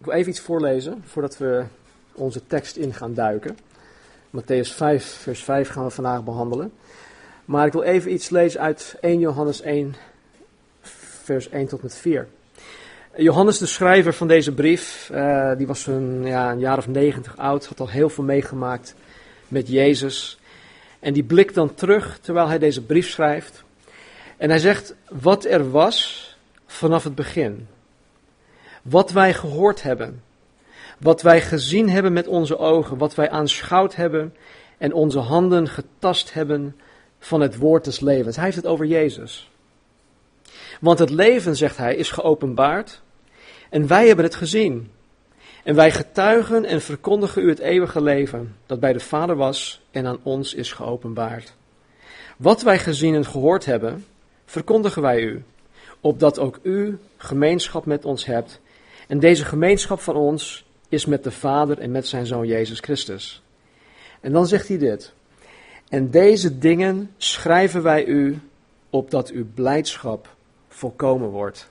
wil even iets voorlezen voordat we onze tekst in gaan duiken. Mattheüs 5, vers 5 gaan we vandaag behandelen. Maar ik wil even iets lezen uit 1 Johannes 1, vers 1 tot met 4. Johannes, de schrijver van deze brief, die was een jaar of 90 oud, had al heel veel meegemaakt met Jezus. En die blikt dan terug terwijl hij deze brief schrijft. En hij zegt wat er was vanaf het begin. Wat wij gehoord hebben. Wat wij gezien hebben met onze ogen. Wat wij aanschouwd hebben en onze handen getast hebben van het woord des levens. Hij heeft het over Jezus. Want het leven, zegt hij, is geopenbaard. En wij hebben het gezien. En wij getuigen en verkondigen u het eeuwige leven, dat bij de Vader was en aan ons is geopenbaard. Wat wij gezien en gehoord hebben, verkondigen wij u, opdat ook u gemeenschap met ons hebt. En deze gemeenschap van ons is met de Vader en met zijn Zoon Jezus Christus. En dan zegt hij dit. En deze dingen schrijven wij u, opdat uw blijdschap volkomen wordt.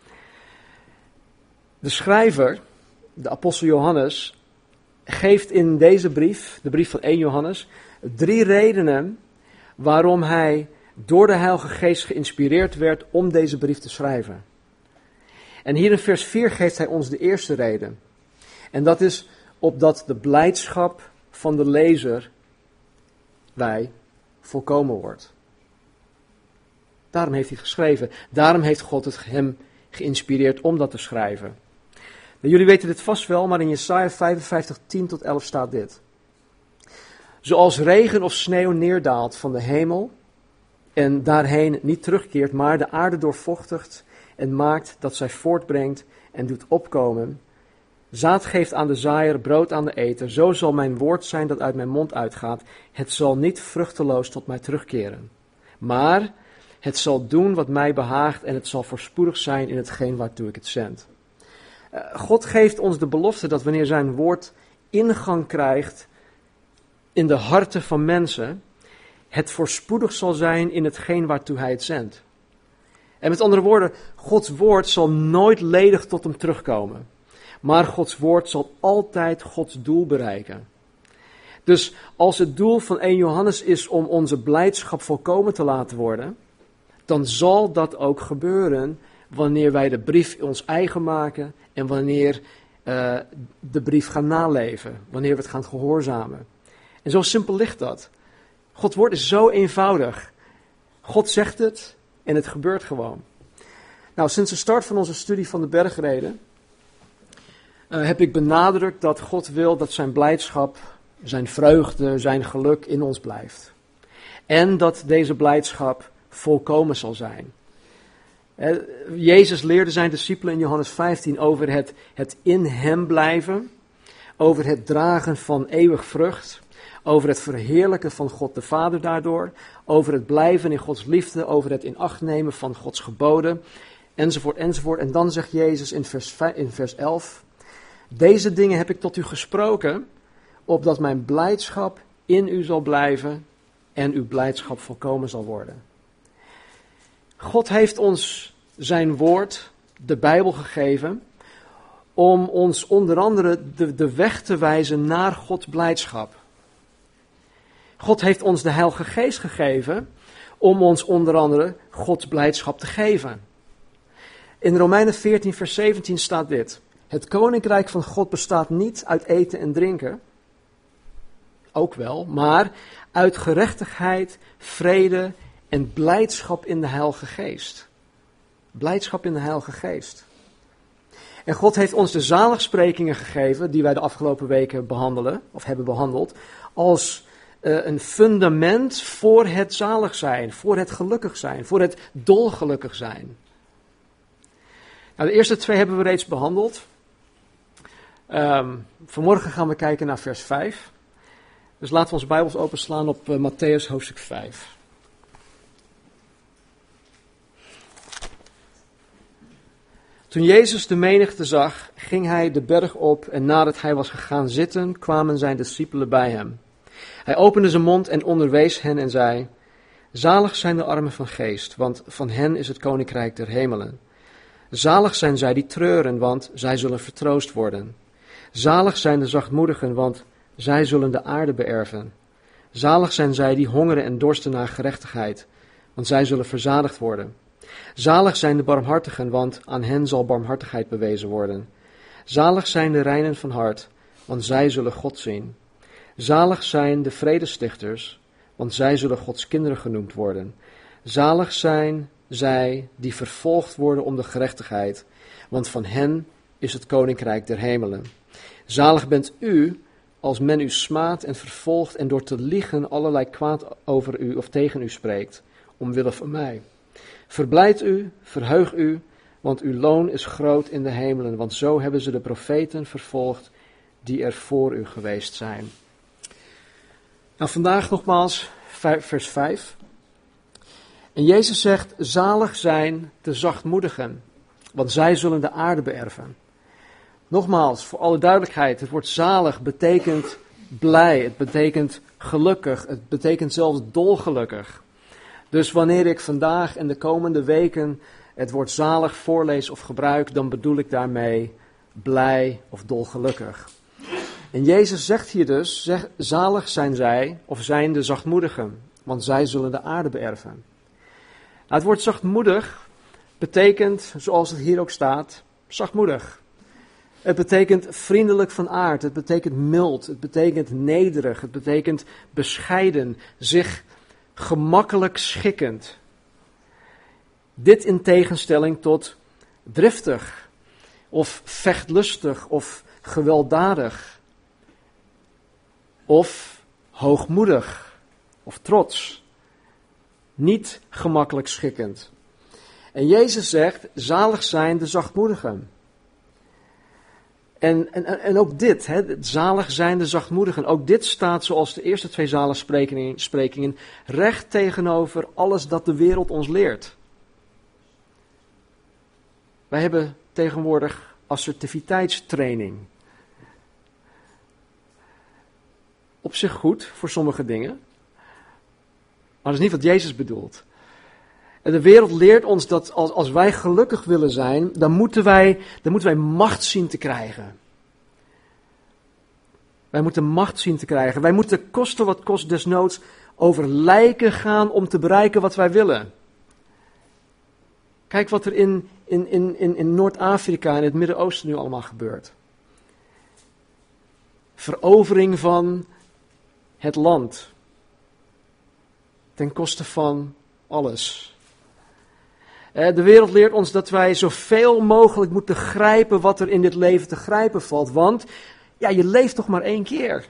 De schrijver, de apostel Johannes, geeft in deze brief, de brief van 1 Johannes, 3 redenen waarom hij door de Heilige Geest geïnspireerd werd om deze brief te schrijven. En hier in vers 4 geeft hij ons de eerste reden. En dat is opdat de blijdschap van de lezer, wij, volkomen wordt. Daarom heeft hij het geschreven. Daarom heeft God hem geïnspireerd om dat te schrijven. Jullie weten dit vast wel, maar in Jesaja 55, 10 tot 11 staat dit. Zoals regen of sneeuw neerdaalt van de hemel en daarheen niet terugkeert, maar de aarde doorvochtigt en maakt dat zij voortbrengt en doet opkomen. Zaad geeft aan de zaaier, brood aan de eter. Zo zal mijn woord zijn dat uit mijn mond uitgaat. Het zal niet vruchteloos tot mij terugkeren. Maar het zal doen wat mij behaagt en het zal voorspoedig zijn in hetgeen waartoe ik het zend. God geeft ons de belofte dat wanneer zijn woord ingang krijgt in de harten van mensen, het voorspoedig zal zijn in hetgeen waartoe hij het zendt. En met andere woorden, Gods woord zal nooit ledig tot hem terugkomen. Maar Gods woord zal altijd Gods doel bereiken. Dus als het doel van 1 Johannes is om onze blijdschap volkomen te laten worden, dan zal dat ook gebeuren wanneer wij de brief ons eigen maken en wanneer de brief gaan naleven, wanneer we het gaan gehoorzamen. En zo simpel ligt dat. Gods woord is zo eenvoudig. God zegt het en het gebeurt gewoon. Nou, sinds de start van onze studie van de bergreden heb ik benadrukt dat God wil dat zijn blijdschap, zijn vreugde, zijn geluk in ons blijft. En dat deze blijdschap volkomen zal zijn. Jezus leerde zijn discipelen in Johannes 15 over het in hem blijven, over het dragen van eeuwig vrucht, over het verheerlijken van God de Vader daardoor, over het blijven in Gods liefde, over het in acht nemen van Gods geboden, enzovoort, enzovoort. En dan zegt Jezus in vers 11, deze dingen heb ik tot u gesproken, opdat mijn blijdschap in u zal blijven en uw blijdschap volkomen zal worden. God heeft ons zijn woord, de Bijbel, gegeven om ons onder andere de weg te wijzen naar Gods blijdschap. God heeft ons de Heilige Geest gegeven om ons onder andere Gods blijdschap te geven. In Romeinen 14 vers 17 staat dit. Het koninkrijk van God bestaat niet uit eten en drinken, ook wel, maar uit gerechtigheid, vrede en blijdschap in de Heilige Geest. Blijdschap in de Heilige Geest. En God heeft ons de zaligsprekingen gegeven, die wij de afgelopen weken hebben behandeld, als een fundament voor het zalig zijn, voor het gelukkig zijn, voor het dolgelukkig zijn. Nou, de eerste 2 hebben we reeds behandeld. Vanmorgen gaan we kijken naar vers 5. Dus laten we onze Bijbels openslaan op Mattheüs hoofdstuk 5. Toen Jezus de menigte zag, ging hij de berg op en nadat hij was gegaan zitten, kwamen zijn discipelen bij hem. Hij opende zijn mond en onderwees hen en zei, zalig zijn de armen van geest, want van hen is het koninkrijk der hemelen. Zalig zijn zij die treuren, want zij zullen vertroost worden. Zalig zijn de zachtmoedigen, want zij zullen de aarde beërven. Zalig zijn zij die hongeren en dorsten naar gerechtigheid, want zij zullen verzadigd worden. Zalig zijn de barmhartigen, want aan hen zal barmhartigheid bewezen worden. Zalig zijn de reinen van hart, want zij zullen God zien. Zalig zijn de vredestichters, want zij zullen Gods kinderen genoemd worden. Zalig zijn zij die vervolgd worden om de gerechtigheid, want van hen is het koninkrijk der hemelen. Zalig bent u, als men u smaadt en vervolgt en door te liegen allerlei kwaad over u of tegen u spreekt, omwille van mij. Verblijd u, verheug u, want uw loon is groot in de hemelen, want zo hebben ze de profeten vervolgd die er voor u geweest zijn. Nou, vandaag nogmaals vers 5. En Jezus zegt, zalig zijn de zachtmoedigen, want zij zullen de aarde beërven. Nogmaals, voor alle duidelijkheid, het woord zalig betekent blij, het betekent gelukkig, het betekent zelfs dolgelukkig. Dus wanneer ik vandaag en de komende weken het woord zalig voorlees of gebruik, dan bedoel ik daarmee blij of dolgelukkig. En Jezus zegt hier dus, zalig zijn zij of zijn de zachtmoedigen, want zij zullen de aarde beërven. Nou, het woord zachtmoedig betekent, zoals het hier ook staat, zachtmoedig. Het betekent vriendelijk van aard, het betekent mild, het betekent nederig, het betekent bescheiden, zich gemakkelijk schikkend. Dit in tegenstelling tot driftig of vechtlustig of gewelddadig of hoogmoedig of trots. Niet gemakkelijk schikkend. En Jezus zegt, zalig zijn de zachtmoedigen. En ook dit, zalig zijn de zachtmoedigen, ook dit staat zoals de eerste twee zaligsprekingen recht tegenover alles dat de wereld ons leert. Wij hebben tegenwoordig assertiviteitstraining. Op zich goed voor sommige dingen, maar dat is niet wat Jezus bedoelt. En de wereld leert ons dat als wij gelukkig willen zijn, dan moeten wij macht zien te krijgen. Wij moeten macht zien te krijgen. Wij moeten koste wat kost desnoods over lijken gaan om te bereiken wat wij willen. Kijk wat er in Noord-Afrika en het Midden-Oosten nu allemaal gebeurt. Verovering van het land. Ten koste van alles. De wereld leert ons dat wij zoveel mogelijk moeten grijpen wat er in dit leven te grijpen valt. Want ja, je leeft toch maar 1 keer.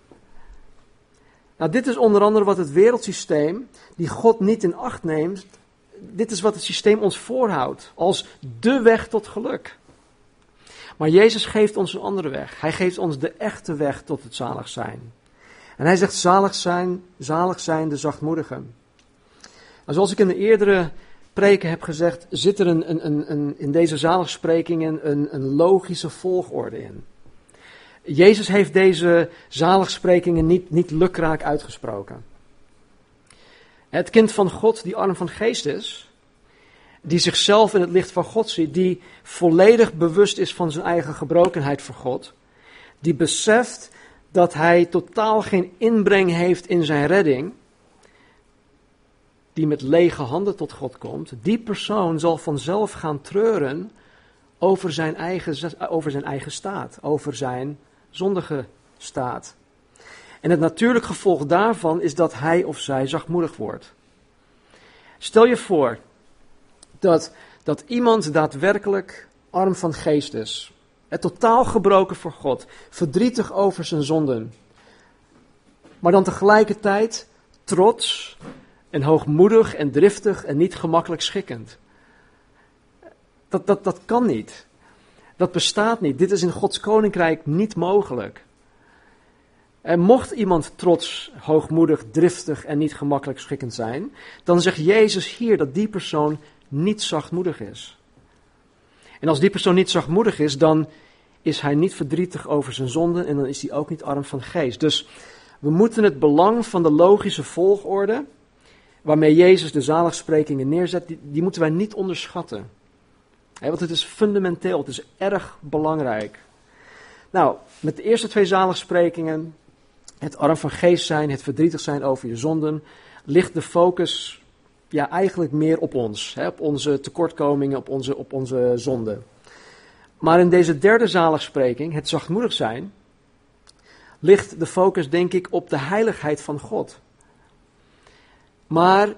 Nou, dit is onder andere wat het wereldsysteem, die God niet in acht neemt, dit is wat het systeem ons voorhoudt als de weg tot geluk. Maar Jezus geeft ons een andere weg. Hij geeft ons de echte weg tot het zalig zijn. En hij zegt zalig zijn de zachtmoedigen. En zoals ik in de eerdere preken heb gezegd, zit er in deze zaligsprekingen een logische volgorde in. Jezus heeft deze zaligsprekingen niet lukraak uitgesproken. Het kind van God, die arm van geest is, die zichzelf in het licht van God ziet, die volledig bewust is van zijn eigen gebrokenheid voor God, die beseft dat hij totaal geen inbreng heeft in zijn redding, die met lege handen tot God komt, die persoon zal vanzelf gaan treuren over zijn eigen staat, over zijn zondige staat. En het natuurlijk gevolg daarvan is dat hij of zij zachtmoedig wordt. Stel je voor dat iemand daadwerkelijk arm van geest is, totaal gebroken voor God, verdrietig over zijn zonden, maar dan tegelijkertijd trots en hoogmoedig en driftig en niet gemakkelijk schikkend. Dat kan niet. Dat bestaat niet. Dit is in Gods koninkrijk niet mogelijk. En mocht iemand trots, hoogmoedig, driftig en niet gemakkelijk schikkend zijn, dan zegt Jezus hier dat die persoon niet zachtmoedig is. En als die persoon niet zachtmoedig is, dan is hij niet verdrietig over zijn zonden en dan is hij ook niet arm van geest. Dus we moeten het belang van de logische volgorde, waarmee Jezus de zaligsprekingen neerzet, die moeten wij niet onderschatten. Want het is fundamenteel, het is erg belangrijk. Nou, met de eerste 2 zaligsprekingen, het arm van geest zijn, het verdrietig zijn over je zonden, ligt de focus eigenlijk meer op ons. Op onze tekortkomingen, op onze zonden. Maar in deze derde zaligspreking, het zachtmoedig zijn, ligt de focus denk ik op de heiligheid van God. Maar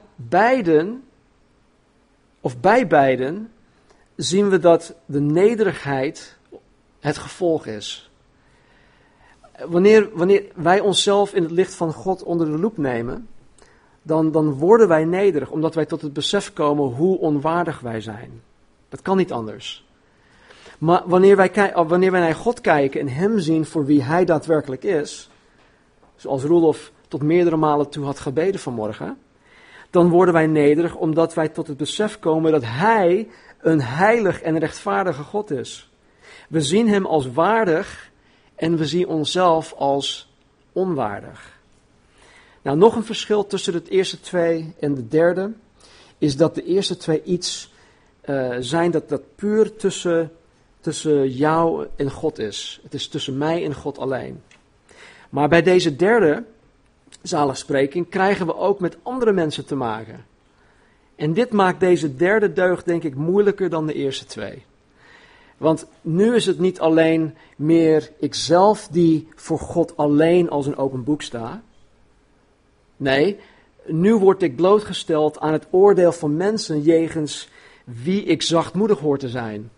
bij beiden zien we dat de nederigheid het gevolg is. Wanneer wij onszelf in het licht van God onder de loep nemen, dan worden wij nederig, omdat wij tot het besef komen hoe onwaardig wij zijn. Dat kan niet anders. Maar wanneer wij naar God kijken en Hem zien voor wie Hij daadwerkelijk is, zoals Roelof tot meerdere malen toe had gebeden vanmorgen, dan worden wij nederig omdat wij tot het besef komen dat Hij een heilig en rechtvaardige God is. We zien Hem als waardig en we zien onszelf als onwaardig. Nou, nog een verschil tussen het eerste 2 en de derde is dat de eerste 2 iets zijn dat puur tussen jou en God is. Het is tussen mij en God alleen. Maar bij deze derde zaligspreking krijgen we ook met andere mensen te maken. En dit maakt deze derde deugd denk ik moeilijker dan de eerste 2. Want nu is het niet alleen meer ikzelf die voor God alleen als een open boek sta. Nee, nu word ik blootgesteld aan het oordeel van mensen jegens wie ik zachtmoedig hoor te zijn.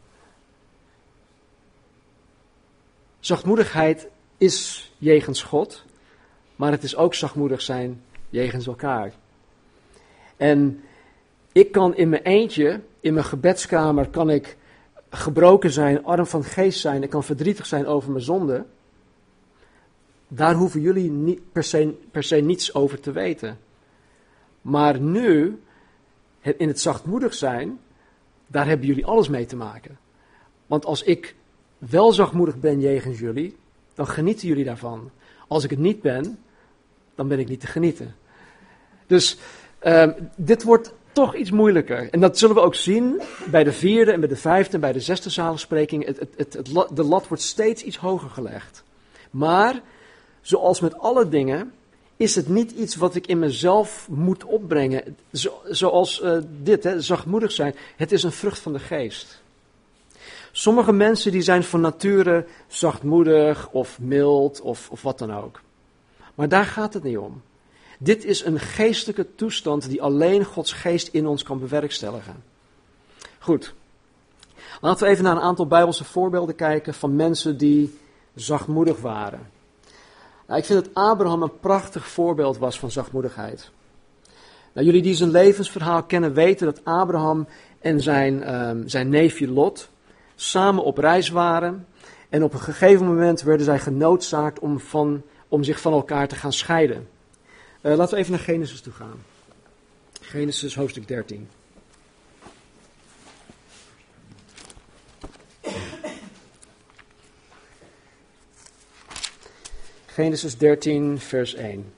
Zachtmoedigheid is jegens God, maar het is ook zachtmoedig zijn jegens elkaar. En ik kan in mijn eentje, in mijn gebedskamer, kan ik gebroken zijn, arm van geest zijn, ik kan verdrietig zijn over mijn zonde. Daar hoeven jullie niet per se niets over te weten. Maar nu, in het zachtmoedig zijn, daar hebben jullie alles mee te maken. Want als ik wel zachtmoedig ben jegens jullie, dan genieten jullie daarvan. Als ik het niet ben, dan ben ik niet te genieten. Dus dit wordt toch iets moeilijker. En dat zullen we ook zien bij de 4e en bij de 5e en bij de 6e zaligspreking. De lat wordt steeds iets hoger gelegd. Maar, zoals met alle dingen, is het niet iets wat ik in mezelf moet opbrengen. Zoals dit, zachtmoedig zijn. Het is een vrucht van de geest. Sommige mensen die zijn van nature zachtmoedig of mild of wat dan ook. Maar daar gaat het niet om. Dit is een geestelijke toestand die alleen Gods geest in ons kan bewerkstelligen. Goed. Laten we even naar een aantal Bijbelse voorbeelden kijken van mensen die zachtmoedig waren. Nou, ik vind dat Abraham een prachtig voorbeeld was van zachtmoedigheid. Nou, jullie die zijn levensverhaal kennen weten dat Abraham en zijn neefje Lot samen op reis waren. En op een gegeven moment werden zij genoodzaakt om zich van elkaar te gaan scheiden. Laten we even naar Genesis toe gaan. Genesis hoofdstuk 13. Genesis 13, vers 1.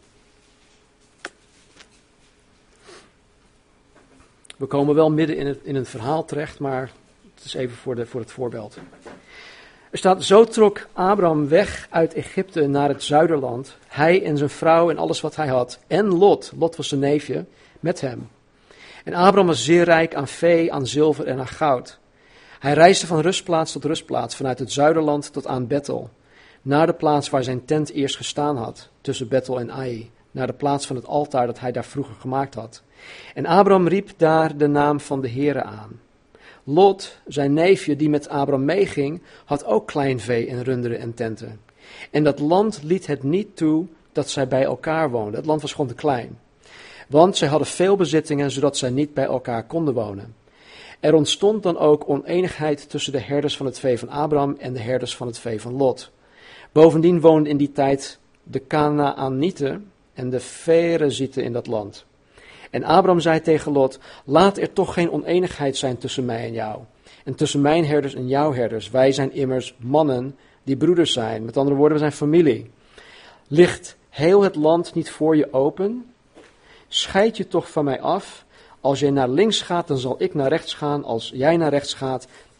We komen wel midden in een verhaal terecht, maar het is even voor het voorbeeld. Er staat, zo trok Abraham weg uit Egypte naar het zuiderland, hij en zijn vrouw en alles wat hij had, en Lot was zijn neefje, met hem. En Abraham was zeer rijk aan vee, aan zilver en aan goud. Hij reisde van rustplaats tot rustplaats, vanuit het zuiderland tot aan Bethel, naar de plaats waar zijn tent eerst gestaan had, tussen Bethel en Ai, naar de plaats van het altaar dat hij daar vroeger gemaakt had. En Abraham riep daar de naam van de Heere aan. Lot, zijn neefje die met Abraham meeging, had ook klein vee en runderen en tenten. En dat land liet het niet toe dat zij bij elkaar woonden. Het land was gewoon te klein. Want zij hadden veel bezittingen, zodat zij niet bij elkaar konden wonen. Er ontstond dan ook oneenigheid tussen de herders van het vee van Abraham en de herders van het vee van Lot. Bovendien woonden in die tijd de Kanaanieten en de Ferezieten in dat land. En Abraham zei tegen Lot, laat er toch geen oneenigheid zijn tussen mij en jou. En tussen mijn herders en jouw herders. Wij zijn immers mannen die broeders zijn. Met andere woorden, we zijn familie. Ligt heel het land niet voor je open? Scheid je toch van mij af. Als jij naar links gaat, dan zal ik naar rechts gaan. Als jij naar rechts gaat,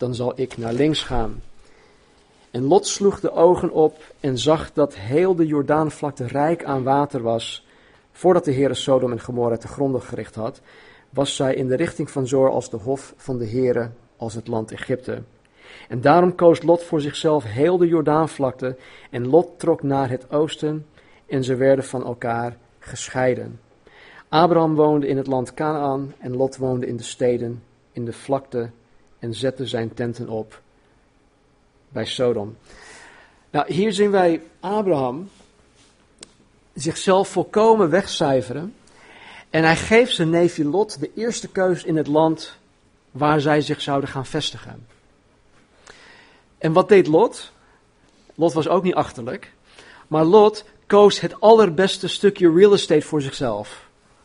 dan zal ik naar links gaan. En Lot sloeg de ogen op en zag dat heel de Jordaanvlakte rijk aan water was. Voordat de Heere Sodom en Gomorra te gronde gericht had, was zij in de richting van Zoar als de hof van de Heere, als het land Egypte. En daarom koos Lot voor zichzelf heel de Jordaanvlakte en Lot trok naar het oosten en ze werden van elkaar gescheiden. Abraham woonde in het land Kanaan en Lot woonde in de steden, in de vlakte en zette zijn tenten op bij Sodom. Nou, hier zien wij Abraham zichzelf volkomen wegcijferen en hij geeft zijn neefje Lot de eerste keus in het land waar zij zich zouden gaan vestigen. En wat deed Lot? Lot was ook niet achterlijk, maar Lot koos het allerbeste stukje real estate voor zichzelf.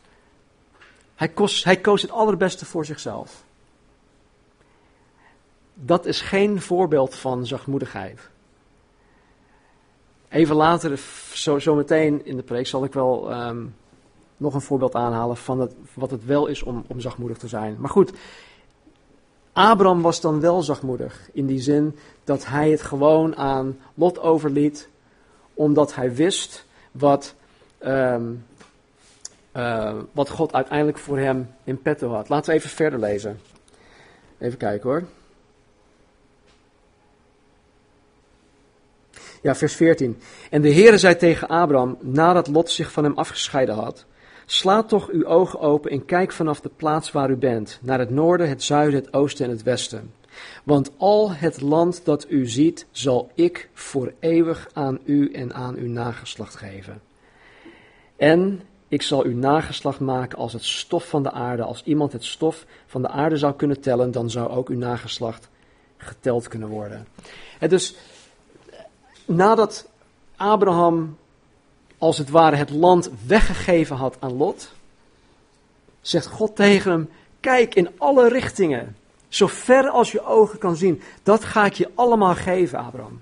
Hij koos het allerbeste voor zichzelf. Dat is geen voorbeeld van zachtmoedigheid. Even later, zo meteen in de preek, zal ik wel nog een voorbeeld aanhalen van wat het wel is om zachtmoedig te zijn. Maar goed, Abraham was dan wel zachtmoedig. In die zin dat hij het gewoon aan Lot overliet, omdat hij wist wat God uiteindelijk voor hem in petto had. Laten we even verder lezen. Even kijken hoor. Ja, vers 14. En de Heere zei tegen Abraham, nadat Lot zich van hem afgescheiden had: Sla toch uw ogen open en kijk vanaf de plaats waar u bent, naar het noorden, het zuiden, het oosten en het westen. Want al het land dat u ziet, zal ik voor eeuwig aan u en aan uw nageslacht geven. En ik zal uw nageslacht maken als het stof van de aarde. Als iemand het stof van de aarde zou kunnen tellen, dan zou ook uw nageslacht geteld kunnen worden. En dus nadat Abraham als het ware het land weggegeven had aan Lot, zegt God tegen hem: kijk in alle richtingen, zo ver als je ogen kan zien, dat ga ik je allemaal geven, Abraham.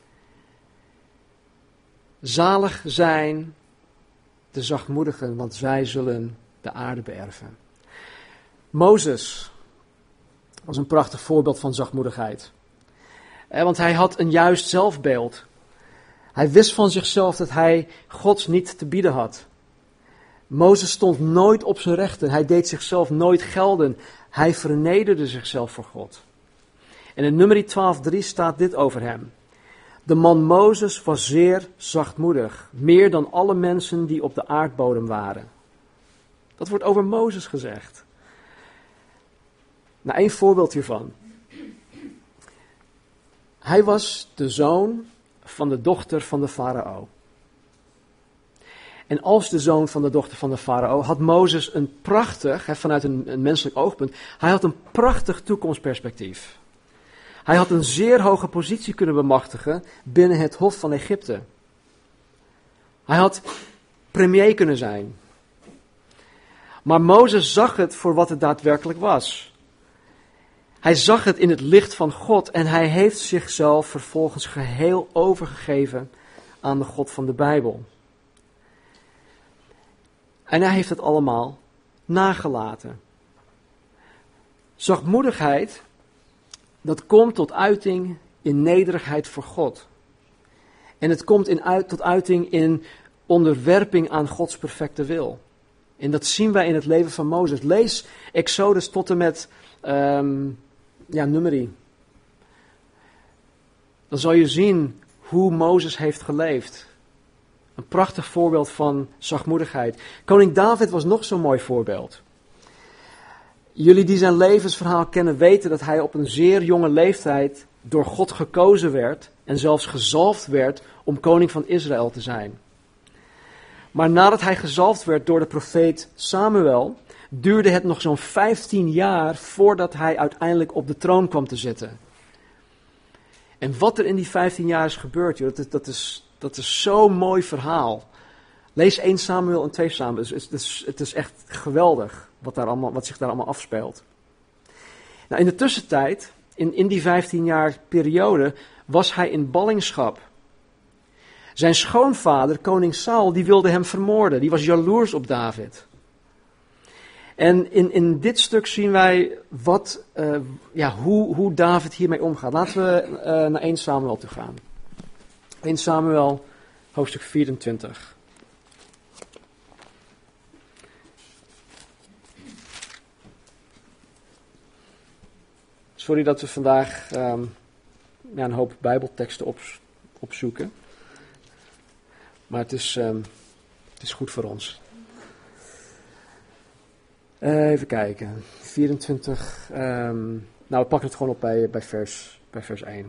Zalig zijn de zachtmoedigen, want zij zullen de aarde beërven. Mozes was een prachtig voorbeeld van zachtmoedigheid. Want hij had een juist zelfbeeld. Hij wist van zichzelf dat hij Gods niet te bieden had. Mozes stond nooit op zijn rechten. Hij deed zichzelf nooit gelden. Hij vernederde zichzelf voor God. En in Numeri 12:3 staat dit over hem. De man Mozes was zeer zachtmoedig, meer dan alle mensen die op de aardbodem waren. Dat wordt over Mozes gezegd. Nou, één voorbeeld hiervan. Hij was de zoon van de dochter van de farao. En als de zoon van de dochter van de farao had Mozes een prachtig, vanuit een menselijk oogpunt, hij had een prachtig toekomstperspectief. Hij had een zeer hoge positie kunnen bemachtigen binnen het hof van Egypte. Hij had premier kunnen zijn. Maar Mozes zag het voor wat het daadwerkelijk was. Hij zag het in het licht van God en hij heeft zichzelf vervolgens geheel overgegeven aan de God van de Bijbel. En hij heeft het allemaal nagelaten. Zachtmoedigheid, dat komt tot uiting in nederigheid voor God. En het komt tot uiting in onderwerping aan Gods perfecte wil. En dat zien wij in het leven van Mozes. Lees Exodus tot en met Numeri. Dan zal je zien hoe Mozes heeft geleefd. Een prachtig voorbeeld van zachtmoedigheid. Koning David was nog zo'n mooi voorbeeld. Jullie die zijn levensverhaal kennen weten dat hij op een zeer jonge leeftijd door God gekozen werd en zelfs gezalfd werd om koning van Israël te zijn. Maar nadat hij gezalfd werd door de profeet Samuel, duurde het nog zo'n 15 jaar voordat hij uiteindelijk op de troon kwam te zitten. En wat er in die 15 jaar is gebeurd, joh, dat is zo'n mooi verhaal. Lees 1 Samuel en 2 Samuel. Het is echt geweldig wat zich daar allemaal afspeelt. Nou, in de tussentijd, in die 15 jaar periode, was hij in ballingschap. Zijn schoonvader, koning Saul, die wilde hem vermoorden. Die was jaloers op David. En in dit stuk zien wij hoe David hiermee omgaat. Laten we naar 1 Samuel toe gaan. 1 Samuel, hoofdstuk 24. Sorry dat we vandaag een hoop bijbelteksten opzoeken. Maar het is goed voor ons. Even kijken. 24. We pakken het gewoon op bij vers 1.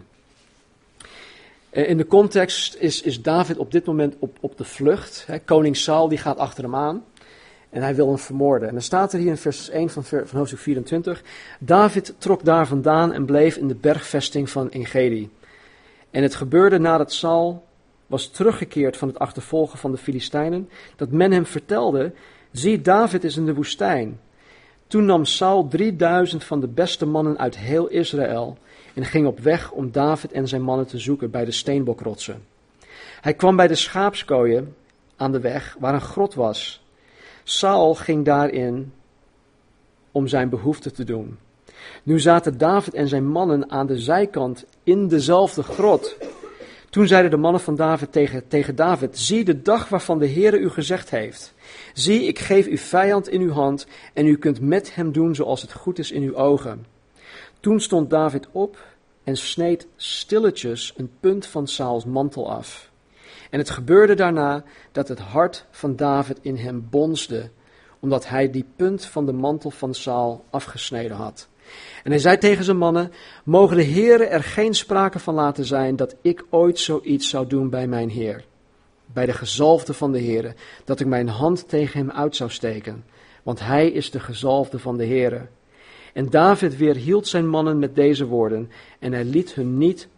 In de context is David op dit moment op de vlucht. Koning Saul die gaat achter hem aan. En hij wil hem vermoorden. En dan staat er hier in vers 1 van hoofdstuk 24. David trok daar vandaan en bleef in de bergvesting van Engedi. En het gebeurde nadat Saul was teruggekeerd van het achtervolgen van de Filistijnen, dat men hem vertelde: zie, David is in de woestijn. Toen nam Saul 3000 van de beste mannen uit heel Israël en ging op weg om David en zijn mannen te zoeken bij de steenbokrotsen. Hij kwam bij de schaapskooien aan de weg waar een grot was. Saul ging daarin om zijn behoefte te doen. Nu zaten David en zijn mannen aan de zijkant in dezelfde grot. Toen zeiden de mannen van David tegen David: zie, de dag waarvan de Heere u gezegd heeft. Zie, ik geef uw vijand in uw hand en u kunt met hem doen zoals het goed is in uw ogen. Toen stond David op en sneed stilletjes een punt van Sauls mantel af. En het gebeurde daarna dat het hart van David in hem bonsde, omdat hij die punt van de mantel van Saul afgesneden had. En hij zei tegen zijn mannen: mogen de Heere er geen sprake van laten zijn dat ik ooit zoiets zou doen bij mijn Heer, bij de gezalfde van de Heere, dat ik mijn hand tegen hem uit zou steken, want hij is de gezalfde van de Heere. En David weerhield zijn mannen met deze woorden, en hij liet hun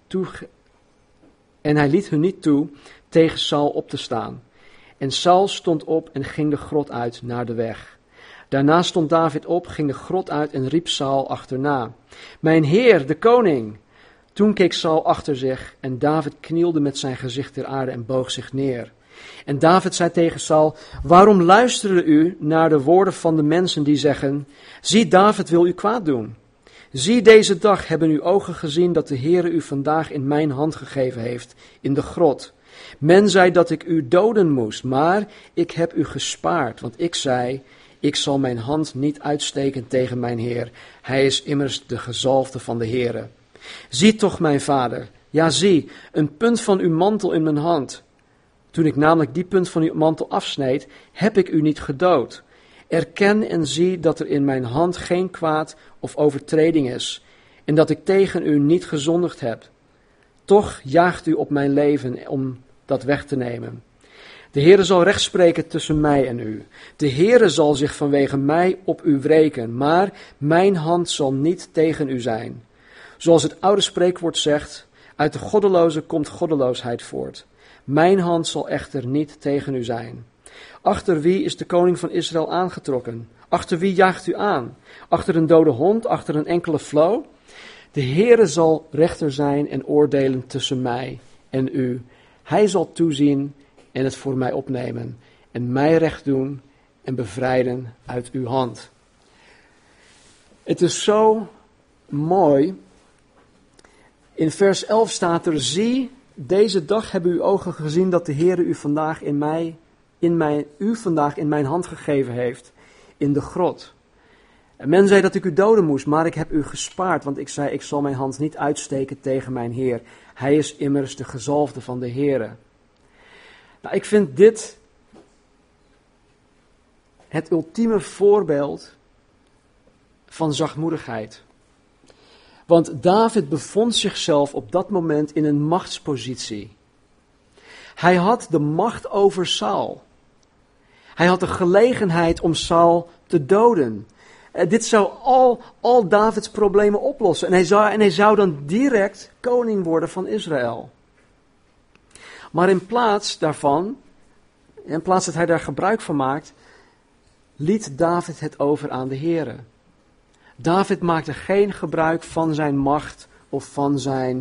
niet toe tegen Saul op te staan. En Saul stond op en ging de grot uit naar de weg. Daarna stond David op, ging de grot uit en riep Saul achterna: mijn Heer, de koning! Toen keek Saul achter zich en David knielde met zijn gezicht ter aarde en boog zich neer. En David zei tegen Saul: waarom luisterde u naar de woorden van de mensen die zeggen: zie, David wil u kwaad doen? Zie, deze dag hebben uw ogen gezien dat de Heere u vandaag in mijn hand gegeven heeft, in de grot. Men zei dat ik u doden moest, maar ik heb u gespaard, want ik zei: ik zal mijn hand niet uitsteken tegen mijn Heer. Hij is immers de gezalfde van de Heere. Zie toch, mijn vader, ja zie, een punt van uw mantel in mijn hand. Toen ik namelijk die punt van uw mantel afsneed, heb ik u niet gedood. Erken en zie dat er in mijn hand geen kwaad of overtreding is, en dat ik tegen u niet gezondigd heb. Toch jaagt u op mijn leven om dat weg te nemen. De Heere zal recht spreken tussen mij en u. De Heere zal zich vanwege mij op u wreken, maar mijn hand zal niet tegen u zijn. Zoals het oude spreekwoord zegt: uit de goddeloze komt goddeloosheid voort. Mijn hand zal echter niet tegen u zijn. Achter wie is de koning van Israël aangetrokken? Achter wie jaagt u aan? Achter een dode hond? Achter een enkele vloo? De Heere zal rechter zijn en oordelen tussen mij en u. Hij zal toezien en het voor mij opnemen en mij recht doen en bevrijden uit uw hand. Het is zo mooi. In vers 11 staat er: zie, deze dag hebben uw ogen gezien dat de Heere u vandaag in mijn hand gegeven heeft in de grot. En men zei dat ik u doden moest, maar ik heb u gespaard, want ik zei: ik zal mijn hand niet uitsteken tegen mijn Heer. Hij is immers de gezalfde van de Heere. Nou, ik vind dit het ultieme voorbeeld van zachtmoedigheid. Want David bevond zichzelf op dat moment in een machtspositie. Hij had de macht over Saul. Hij had de gelegenheid om Saul te doden. Dit zou al Davids problemen oplossen. En hij zou dan direct koning worden van Israël. Maar in plaats daarvan, in plaats dat hij daar gebruik van maakt, liet David het over aan de Heere. David maakte geen gebruik van zijn macht of van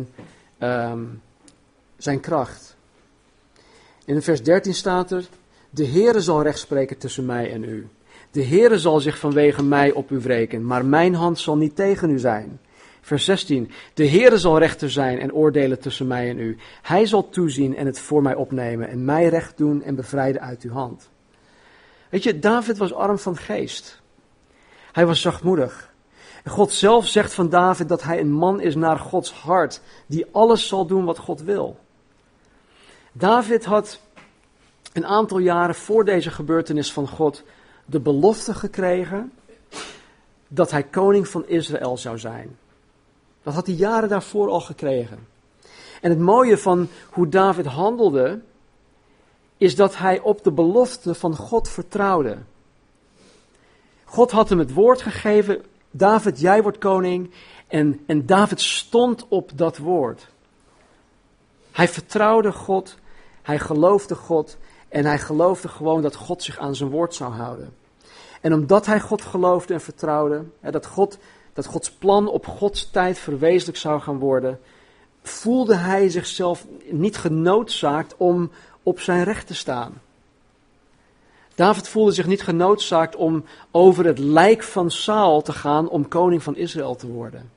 zijn kracht. In vers 13 staat er: de Heere zal recht spreken tussen mij en u. De Heere zal zich vanwege mij op u wreken, maar mijn hand zal niet tegen u zijn. Vers 16. De Heere zal rechter zijn en oordelen tussen mij en u. Hij zal toezien en het voor mij opnemen en mij recht doen en bevrijden uit uw hand. Weet je, David was arm van geest. Hij was zachtmoedig. En God zelf zegt van David dat hij een man is naar Gods hart, die alles zal doen wat God wil. David had een aantal jaren voor deze gebeurtenis van God de belofte gekregen dat hij koning van Israël zou zijn. Dat had hij jaren daarvoor al gekregen. En het mooie van hoe David handelde, is dat hij op de belofte van God vertrouwde. God had hem het woord gegeven, David, jij wordt koning. En David stond op dat woord. Hij vertrouwde God, hij geloofde God en hij geloofde gewoon dat God zich aan zijn woord zou houden. En omdat hij God geloofde en vertrouwde, dat Gods plan op Gods tijd verwezenlijk zou gaan worden, voelde hij zichzelf niet genoodzaakt om op zijn recht te staan. David voelde zich niet genoodzaakt om over het lijk van Saul te gaan om koning van Israël te worden.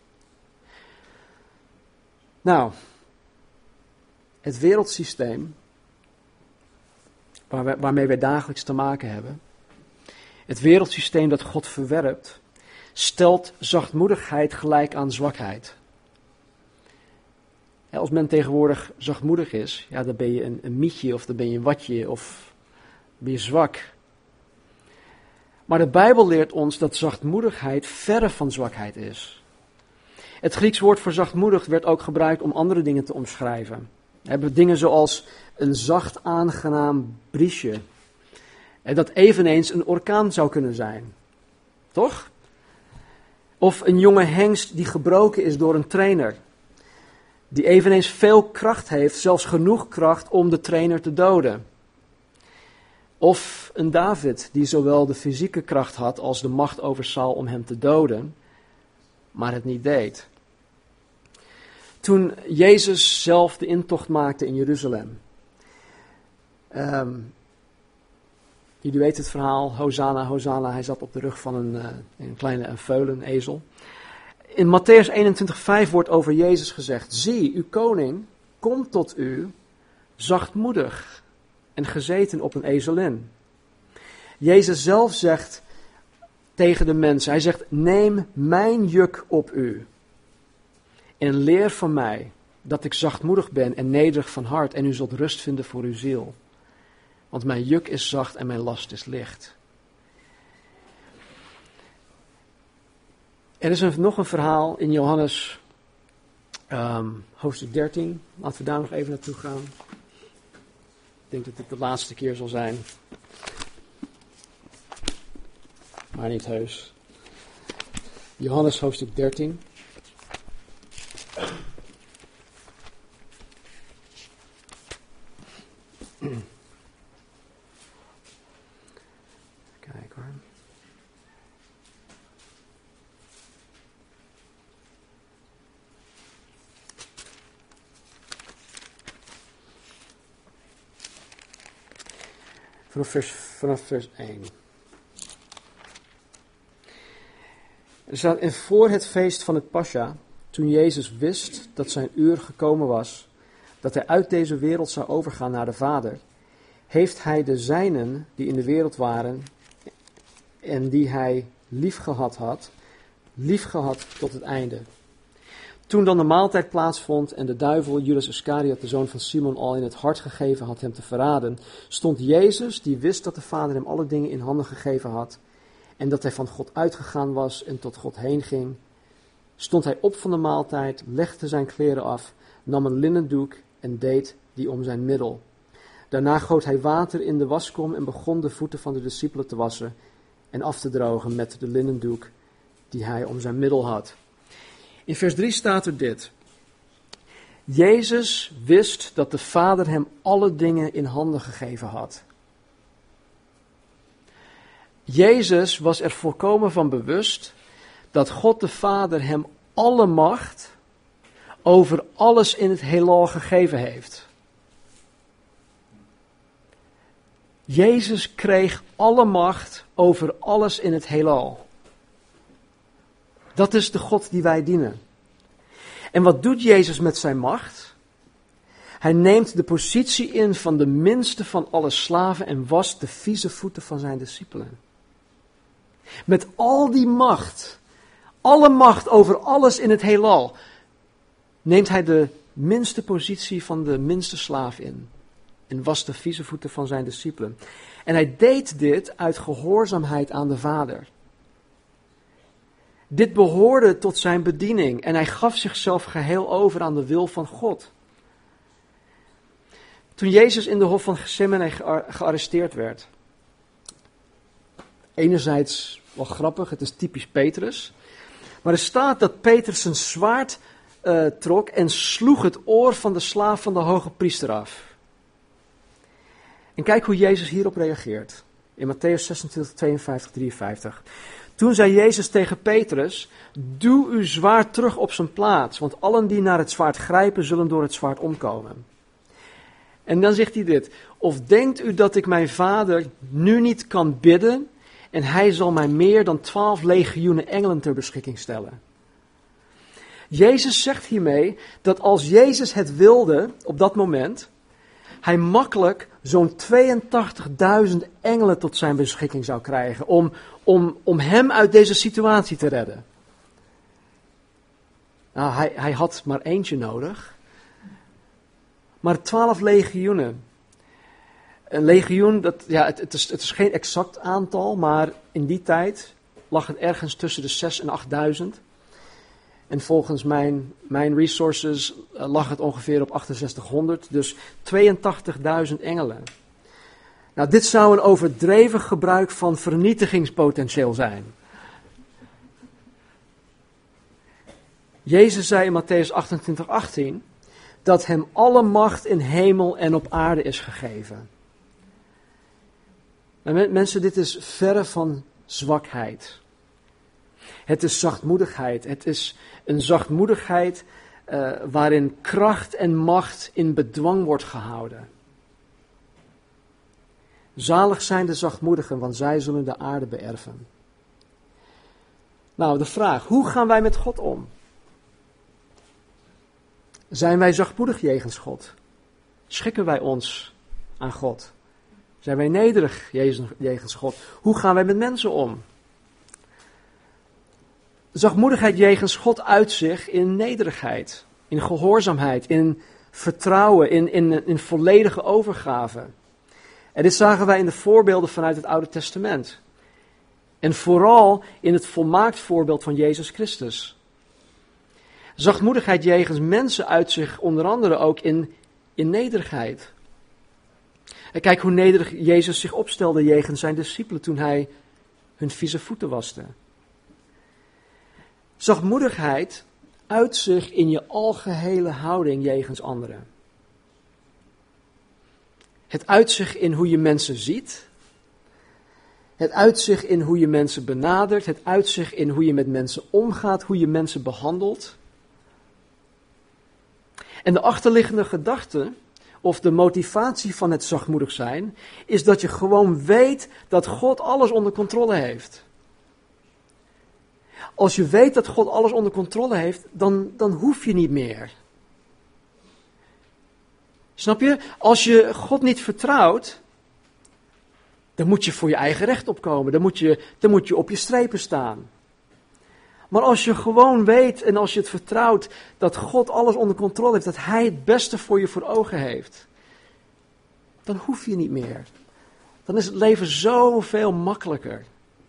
Nou, het wereldsysteem waarmee wij dagelijks te maken hebben, het wereldsysteem dat God verwerpt, stelt zachtmoedigheid gelijk aan zwakheid. Ja, als men tegenwoordig zachtmoedig is, ja, dan ben je een mietje of dan ben je een watje of ben je zwak. Maar de Bijbel leert ons dat zachtmoedigheid verre van zwakheid is. Het Grieks woord voor zachtmoedig werd ook gebruikt om andere dingen te omschrijven. We hebben dingen zoals een zacht aangenaam briesje. En dat eveneens een orkaan zou kunnen zijn. Toch? Of een jonge hengst die gebroken is door een trainer. Die eveneens veel kracht heeft, zelfs genoeg kracht om de trainer te doden. Of een David die zowel de fysieke kracht had als de macht over Saul om hem te doden, maar het niet deed. Toen Jezus zelf de intocht maakte in Jeruzalem. Jullie weten het verhaal, Hosanna, Hosanna, hij zat op de rug van een kleine veulen, een ezel. In Mattheüs 21:5 wordt over Jezus gezegd: zie, uw koning komt tot u, zachtmoedig en gezeten op een ezelin. Jezus zelf zegt tegen de mensen, hij zegt: neem mijn juk op u en leer van mij dat ik zachtmoedig ben en nederig van hart en u zult rust vinden voor uw ziel. Want mijn juk is zacht en mijn last is licht. Er is nog een verhaal in Johannes hoofdstuk 13. Laten we daar nog even naartoe gaan. Ik denk dat dit de laatste keer zal zijn. Maar niet heus. Johannes hoofdstuk 13. Kijk hoor. Vanaf vers 1. Er staat: en voor het feest van het Pascha, toen Jezus wist dat zijn uur gekomen was, dat hij uit deze wereld zou overgaan naar de Vader, heeft hij de zijnen die in de wereld waren en die hij liefgehad tot het einde. Toen dan de maaltijd plaatsvond en de duivel Judas Iscariot, de zoon van Simon, al in het hart gegeven had hem te verraden, stond Jezus, die wist dat de Vader hem alle dingen in handen gegeven had en dat hij van God uitgegaan was en tot God heen ging, stond hij op van de maaltijd, legde zijn kleren af, nam een linnen doek en deed die om zijn middel. Daarna goot hij water in de waskom en begon de voeten van de discipelen te wassen en af te drogen met de linnen doek die hij om zijn middel had. In vers 3 staat er dit: Jezus wist dat de Vader hem alle dingen in handen gegeven had. Jezus was er volkomen van bewust dat God de Vader hem alle macht over alles in het heelal gegeven heeft. Jezus kreeg alle macht over alles in het heelal. Dat is de God die wij dienen. En wat doet Jezus met zijn macht? Hij neemt de positie in van de minste van alle slaven en wast de vieze voeten van zijn discipelen. Met al die macht, alle macht over alles in het heelal, neemt hij de minste positie van de minste slaaf in. En wast de vieze voeten van zijn discipelen. En hij deed dit uit gehoorzaamheid aan de Vader. Dit behoorde tot zijn bediening en hij gaf zichzelf geheel over aan de wil van God. Toen Jezus in de hof van Gethsemane gearresteerd werd. Enerzijds wel grappig, het is typisch Petrus. Maar er staat dat Petrus zijn zwaard trok en sloeg het oor van de slaaf van de hoge priester af. En kijk hoe Jezus hierop reageert. In Mattheüs 26, 52, 53. Toen zei Jezus tegen Petrus, doe uw zwaard terug op zijn plaats, want allen die naar het zwaard grijpen zullen door het zwaard omkomen. En dan zegt hij dit, of denkt u dat ik mijn Vader nu niet kan bidden en hij zal mij meer dan 12 legioenen engelen ter beschikking stellen. Jezus zegt hiermee dat als Jezus het wilde op dat moment, hij makkelijk zo'n 82.000 engelen tot zijn beschikking zou krijgen om hem uit deze situatie te redden. Nou, hij had maar eentje nodig, maar 12 legioenen. Een legioen, het is geen exact aantal, maar in die tijd lag het ergens tussen de 6.000 en 8.000. En volgens mijn resources lag het ongeveer op 6800, dus 82.000 engelen. Nou, dit zou een overdreven gebruik van vernietigingspotentieel zijn. Jezus zei in Mattheüs 28, 18 dat hem alle macht in hemel en op aarde is gegeven. Maar mensen, dit is verre van zwakheid. Het is zachtmoedigheid. Het is een zachtmoedigheid waarin kracht en macht in bedwang wordt gehouden. Zalig zijn de zachtmoedigen, want zij zullen de aarde beërven. Nou, de vraag, hoe gaan wij met God om? Zijn wij zachtmoedig jegens God? Schikken wij ons aan God? Zijn wij nederig jegens God? Hoe gaan wij met mensen om? Zachtmoedigheid jegens God uit zich in nederigheid, in gehoorzaamheid, in vertrouwen, in volledige overgave. En dit zagen wij in de voorbeelden vanuit het Oude Testament. En vooral in het volmaakt voorbeeld van Jezus Christus. Zachtmoedigheid jegens mensen uit zich onder andere ook in nederigheid. En kijk hoe nederig Jezus zich opstelde jegens zijn discipelen toen hij hun vieze voeten waste. Zachtmoedigheid uit zich in je algehele houding jegens anderen. Het uit zich in hoe je mensen ziet. Het uit zich in hoe je mensen benadert. Het uit zich in hoe je met mensen omgaat, hoe je mensen behandelt. En de achterliggende gedachte, of de motivatie van het zachtmoedig zijn, is dat je gewoon weet dat God alles onder controle heeft. Als je weet dat God alles onder controle heeft, dan hoef je niet meer. Snap je? Als je God niet vertrouwt, dan moet je voor je eigen recht opkomen. Dan moet je op je strepen staan. Maar als je gewoon weet en als je het vertrouwt dat God alles onder controle heeft, dat Hij het beste voor je voor ogen heeft, dan hoef je niet meer. Dan is het leven zoveel makkelijker.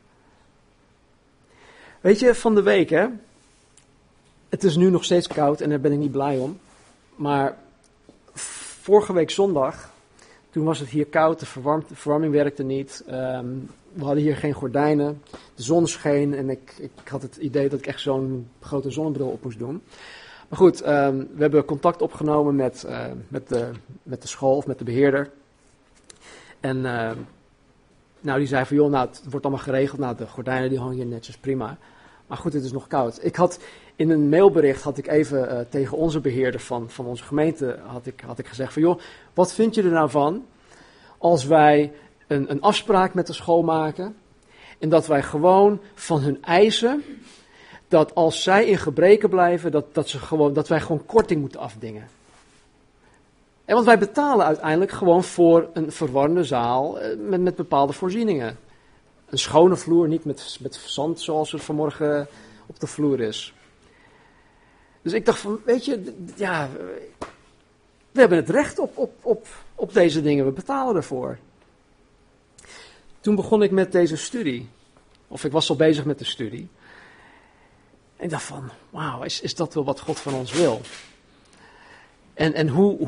Weet je, van de week, hè, het is nu nog steeds koud en daar ben ik niet blij om, maar vorige week zondag, toen was het hier koud, de verwarming werkte niet, we hadden hier geen gordijnen, de zon scheen en ik had het idee dat ik echt zo'n grote zonnebril op moest doen. Maar goed, we hebben contact opgenomen met de school of met de beheerder. En die zei van, joh, nou, het wordt allemaal geregeld, nou, de gordijnen die hangen hier netjes, prima. Maar goed, het is nog koud. In een mailbericht had ik even tegen onze beheerder van onze gemeente had ik gezegd van, joh, wat vind je er nou van als wij een afspraak met de school maken. En dat wij gewoon van hun eisen, dat als zij in gebreken blijven, dat wij gewoon korting moeten afdingen. En want wij betalen uiteindelijk gewoon voor een verwarmde zaal met bepaalde voorzieningen. Een schone vloer, niet met zand zoals er vanmorgen op de vloer is. Dus ik dacht van, weet je, ja, we hebben het recht op deze dingen, we betalen ervoor. Toen begon ik met deze studie, of ik was al bezig met de studie. En ik dacht van, wauw, is dat wel wat God van ons wil? En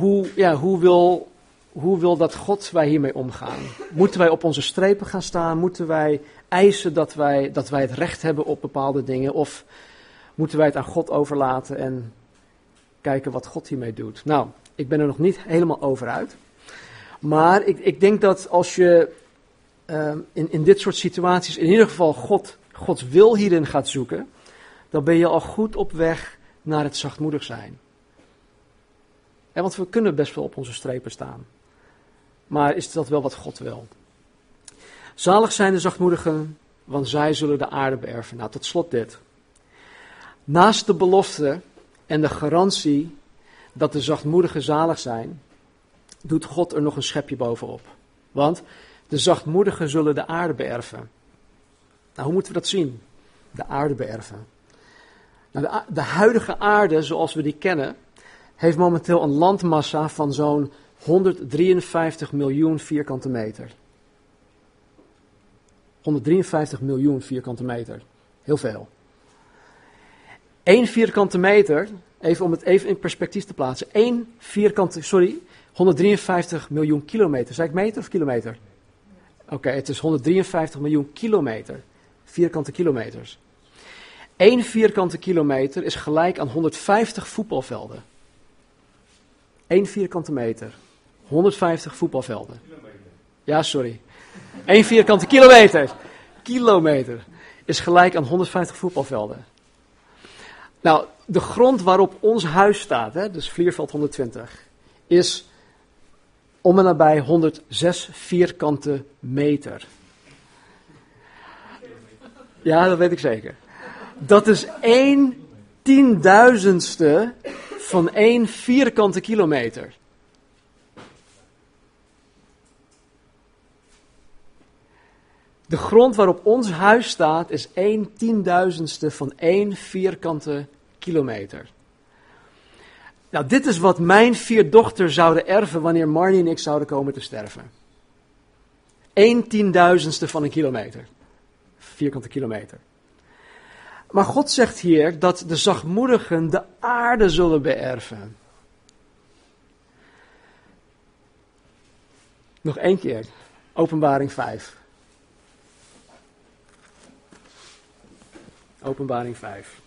hoe wil dat God wij hiermee omgaan? Moeten wij op onze strepen gaan staan? Moeten wij eisen dat wij het recht hebben op bepaalde dingen? Of moeten wij het aan God overlaten en kijken wat God hiermee doet? Nou, ik ben er nog niet helemaal over uit. Maar ik denk dat als je in dit soort situaties in ieder geval Gods wil hierin gaat zoeken, dan ben je al goed op weg naar het zachtmoedig zijn. En want we kunnen best wel op onze strepen staan. Maar is dat wel wat God wil? Zalig zijn de zachtmoedigen, want zij zullen de aarde beërven. Nou, tot slot dit. Naast de belofte en de garantie dat de zachtmoedigen zalig zijn, doet God er nog een schepje bovenop. Want de zachtmoedigen zullen de aarde beërven. Nou, hoe moeten we dat zien? De aarde beërven. Nou, de huidige aarde, zoals we die kennen, heeft momenteel een landmassa van zo'n 153 miljoen vierkante meter. 153 miljoen vierkante meter. Heel veel. 1 vierkante meter, om het even in perspectief te plaatsen. 153 miljoen kilometer. Zei ik meter of kilometer? Oké, het is 153 miljoen kilometer. Vierkante kilometers. 1 vierkante kilometer is gelijk aan 150 voetbalvelden. 1 vierkante meter. 150 voetbalvelden. Ja, sorry. 1 vierkante kilometer. Kilometer is gelijk aan 150 voetbalvelden. Nou, de grond waarop ons huis staat, dus Vlierveld 120, is om en nabij 106 vierkante meter. Ja, dat weet ik zeker. Dat is 1/10.000ste van 1 vierkante kilometer. De grond waarop ons huis staat is 1/10.000ste van 1 vierkante kilometer. Nou, dit is wat mijn 4 dochters zouden erven wanneer Marnie en ik zouden komen te sterven. 1/10.000ste van een kilometer. Vierkante kilometer. Maar God zegt hier dat de zachtmoedigen de aarde zullen beërven. Nog 1 keer. Openbaring 5. Openbaring 5.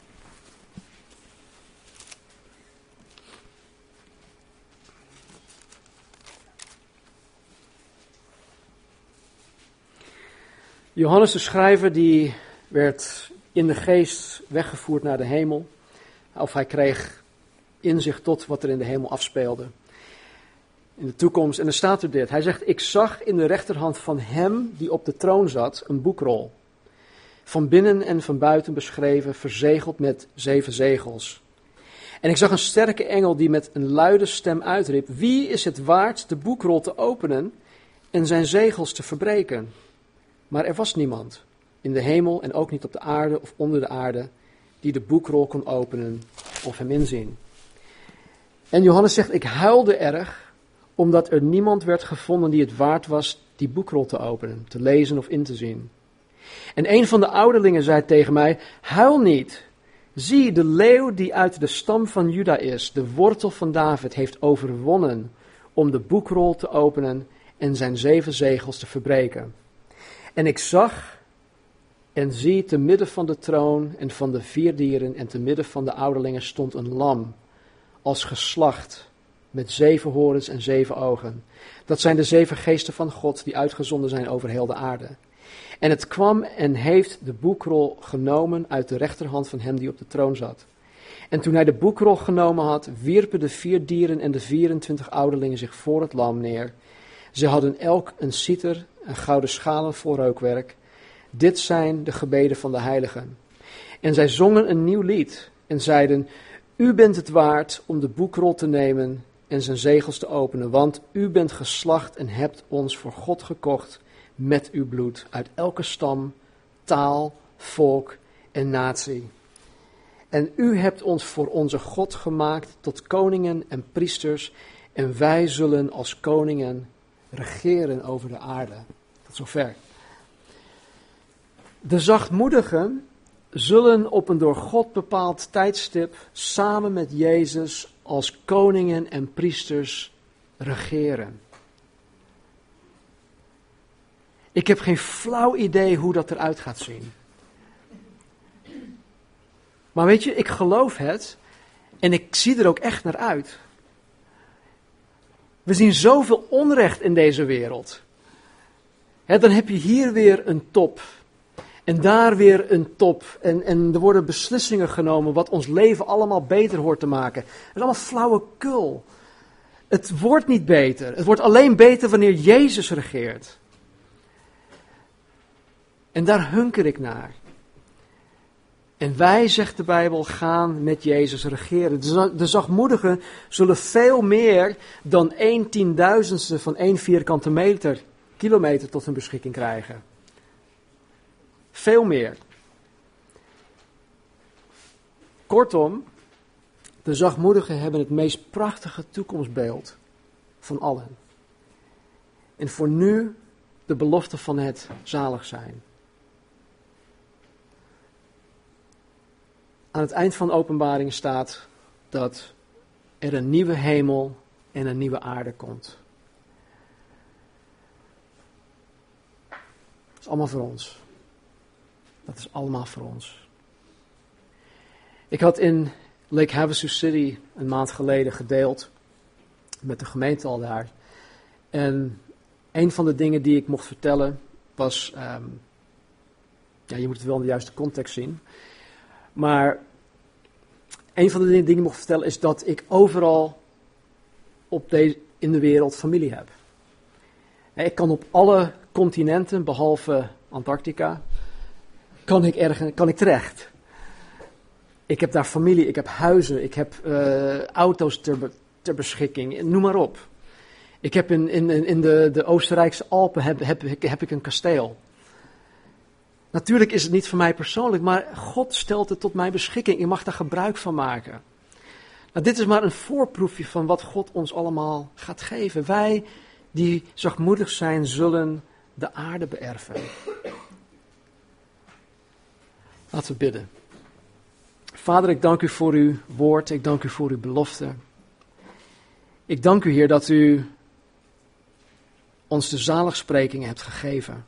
Johannes de schrijver die werd in de geest weggevoerd naar de hemel. Of hij kreeg inzicht tot wat er in de hemel afspeelde. In de toekomst. En er staat er dit. Hij zegt, ik zag in de rechterhand van hem die op de troon zat een boekrol. Van binnen en van buiten beschreven, verzegeld met 7 zegels. En ik zag een sterke engel die met een luide stem uitriep, wie is het waard de boekrol te openen en zijn zegels te verbreken? Maar er was niemand, in de hemel en ook niet op de aarde of onder de aarde, die de boekrol kon openen of hem inzien. En Johannes zegt, ik huilde erg, omdat er niemand werd gevonden die het waard was die boekrol te openen, te lezen of in te zien. En een van de ouderlingen zei tegen mij, huil niet. Zie, de leeuw die uit de stam van Juda is, de wortel van David, heeft overwonnen om de boekrol te openen en zijn 7 zegels te verbreken. En ik zag en zie, te midden van de troon en van de 4 dieren en te midden van de ouderlingen stond een lam, als geslacht, met 7 horens en 7 ogen. Dat zijn de 7 geesten van God die uitgezonden zijn over heel de aarde. En het kwam en heeft de boekrol genomen uit de rechterhand van hem die op de troon zat. En toen hij de boekrol genomen had, wierpen de 4 dieren en de 24 ouderlingen zich voor het lam neer, Ze hadden elk een citer en gouden schalen vol reukwerk. Dit zijn de gebeden van de heiligen. En zij zongen een nieuw lied en zeiden: U bent het waard om de boekrol te nemen en zijn zegels te openen, want u bent geslacht en hebt ons voor God gekocht met uw bloed uit elke stam, taal, volk en natie. En u hebt ons voor onze God gemaakt tot koningen en priesters en wij zullen als koningen regeren over de aarde. Tot zover. De zachtmoedigen zullen op een door God bepaald tijdstip samen met Jezus als koningen en priesters regeren. Ik heb geen flauw idee hoe dat eruit gaat zien. Maar weet je, ik geloof het en ik zie er ook echt naar uit. We zien zoveel onrecht in deze wereld. Dan heb je hier weer een top. En daar weer een top. En er worden beslissingen genomen wat ons leven allemaal beter hoort te maken. Het is allemaal flauwekul. Het wordt niet beter. Het wordt alleen beter wanneer Jezus regeert. En daar hunker ik naar. En wij, zegt de Bijbel, gaan met Jezus regeren. De zachtmoedigen zullen veel meer dan 1/10.000ste van 1 vierkante kilometer tot hun beschikking krijgen. Veel meer. Kortom, de zachtmoedigen hebben het meest prachtige toekomstbeeld van allen. En voor nu de belofte van het zalig zijn. Aan het eind van de Openbaring staat dat er een nieuwe hemel en een nieuwe aarde komt. Dat is allemaal voor ons. Dat is allemaal voor ons. Ik had in Lake Havasu City een maand geleden gedeeld met de gemeente al daar. En een van de dingen die ik mocht vertellen was, je moet het wel in de juiste context zien. Maar een van de dingen die ik mocht vertellen is dat ik overal in de wereld familie heb. Ik kan op alle continenten, behalve Antarctica, kan ik terecht. Ik heb daar familie, ik heb huizen, ik heb auto's ter beschikking, noem maar op. Ik heb in de Oostenrijkse Alpen heb ik een kasteel. Natuurlijk is het niet voor mij persoonlijk, maar God stelt het tot mijn beschikking. Ik mag daar gebruik van maken. Nou, dit is maar een voorproefje van wat God ons allemaal gaat geven. Wij die zachtmoedig zijn, zullen de aarde beërven. Laten we bidden. Vader, ik dank u voor uw woord. Ik dank u voor uw belofte. Ik dank u, Heer, dat u ons de zaligsprekingen hebt gegeven.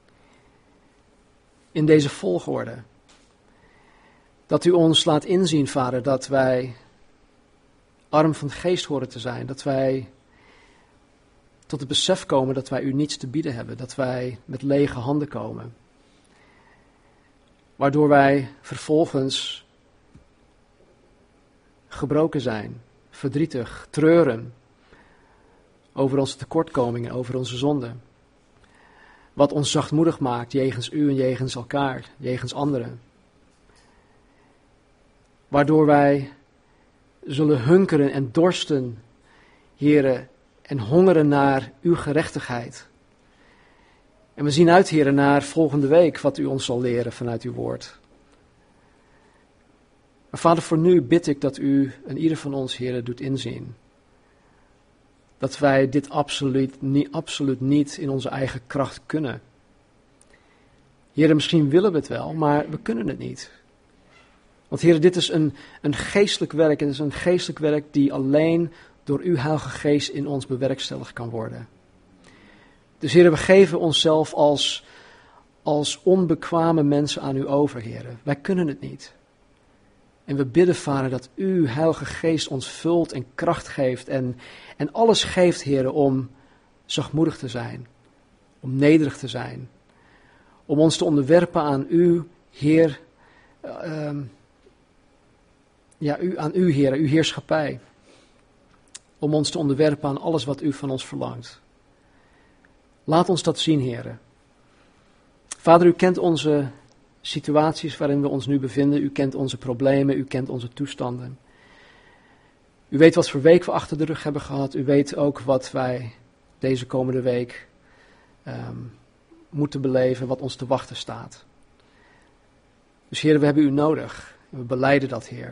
In deze volgorde. Dat u ons laat inzien, Vader, dat wij arm van geest horen te zijn. Dat wij tot het besef komen dat wij u niets te bieden hebben. Dat wij met lege handen komen. Waardoor wij vervolgens gebroken zijn, verdrietig, treuren over onze tekortkomingen, over onze zonden. Wat ons zachtmoedig maakt jegens u en jegens elkaar, jegens anderen. Waardoor wij zullen hunkeren en dorsten, Here, en hongeren naar uw gerechtigheid. En we zien uit, Here, naar volgende week wat u ons zal leren vanuit uw woord. Maar Vader, voor nu bid ik dat u en ieder van ons, Here, doet inzien. Dat wij dit absoluut niet in onze eigen kracht kunnen. Here, misschien willen we het wel, maar we kunnen het niet. Want Here, dit is een geestelijk werk. Het is een geestelijk werk die alleen door uw Heilige Geest in ons bewerkstelligd kan worden. Dus Here, we geven onszelf als onbekwame mensen aan u over, Here. Wij kunnen het niet. En we bidden, Vader, dat uw Heilige Geest ons vult en kracht geeft en alles geeft, Heer, om zachtmoedig te zijn, om nederig te zijn, om ons te onderwerpen aan u, Heer, aan u, Heer, uw heerschappij, om ons te onderwerpen aan alles wat u van ons verlangt. Laat ons dat zien, Heere. Vader, u kent onze situaties waarin we ons nu bevinden. U kent onze problemen, u kent onze toestanden. U weet wat voor week we achter de rug hebben gehad. U weet ook wat wij deze komende week moeten beleven, wat ons te wachten staat. Dus Heer, we hebben u nodig. We belijden dat, Heer.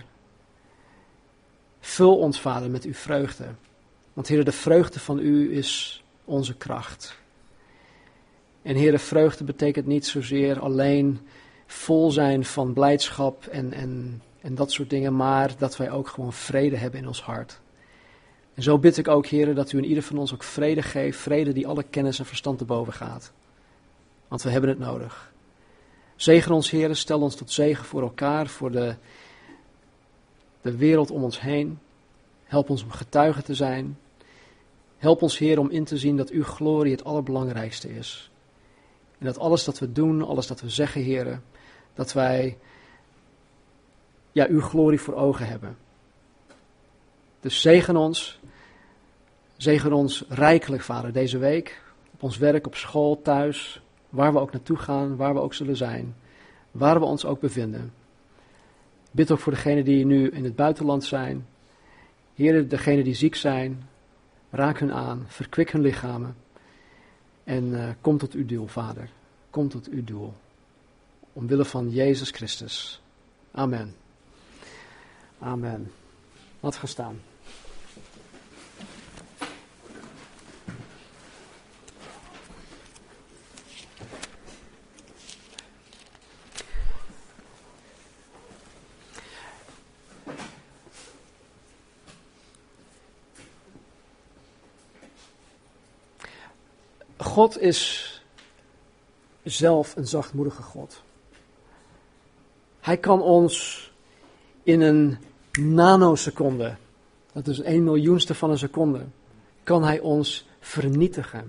Vul ons, Vader, met uw vreugde. Want Heer, de vreugde van u is onze kracht. En Heer, vreugde betekent niet zozeer alleen vol zijn van blijdschap en dat soort dingen, maar dat wij ook gewoon vrede hebben in ons hart. En zo bid ik ook, Heer, dat u in ieder van ons ook vrede geeft, vrede die alle kennis en verstand te boven gaat. Want we hebben het nodig. Zegen ons, Heer, stel ons tot zegen voor elkaar, voor de wereld om ons heen. Help ons om getuigen te zijn. Help ons, Heer, om in te zien dat uw glorie het allerbelangrijkste is. En dat alles dat we doen, alles dat we zeggen, Heer, dat wij uw glorie voor ogen hebben. Dus zegen ons rijkelijk, Vader, deze week, op ons werk, op school, thuis, waar we ook naartoe gaan, waar we ook zullen zijn, waar we ons ook bevinden. Bid ook voor degenen die nu in het buitenland zijn. Heer, degenen die ziek zijn, raak hun aan, verkwik hun lichamen. En kom tot uw doel, Vader. Kom tot uw doel. Omwille van Jezus Christus. Amen. Amen. Laat gaan staan. God is zelf een zachtmoedige God. Hij kan ons in een nanoseconde, dat is 1 miljoenste van een seconde, kan hij ons vernietigen.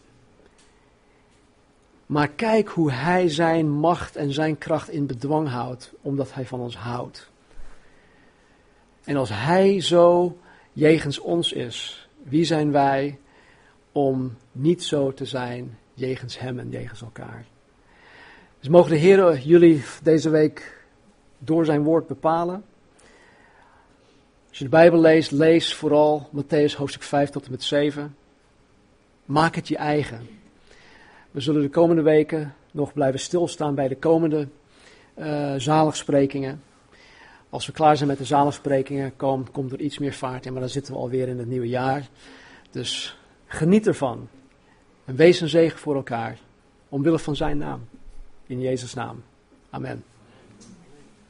Maar kijk hoe hij zijn macht en zijn kracht in bedwang houdt, omdat hij van ons houdt. En als hij zo jegens ons is, wie zijn wij om niet zo te zijn jegens hem en jegens elkaar? Dus mogen de Heer jullie deze week door zijn woord bepalen. Als je de Bijbel leest, lees vooral Mattheüs hoofdstuk 5 tot en met 7. Maak het je eigen. We zullen de komende weken nog blijven stilstaan bij de komende zaligsprekingen. Als we klaar zijn met de zaligsprekingen, komt er iets meer vaart in, maar dan zitten we alweer in het nieuwe jaar. Dus geniet ervan. En wees een zegen voor elkaar. Omwille van zijn naam. In Jezus' naam. Amen.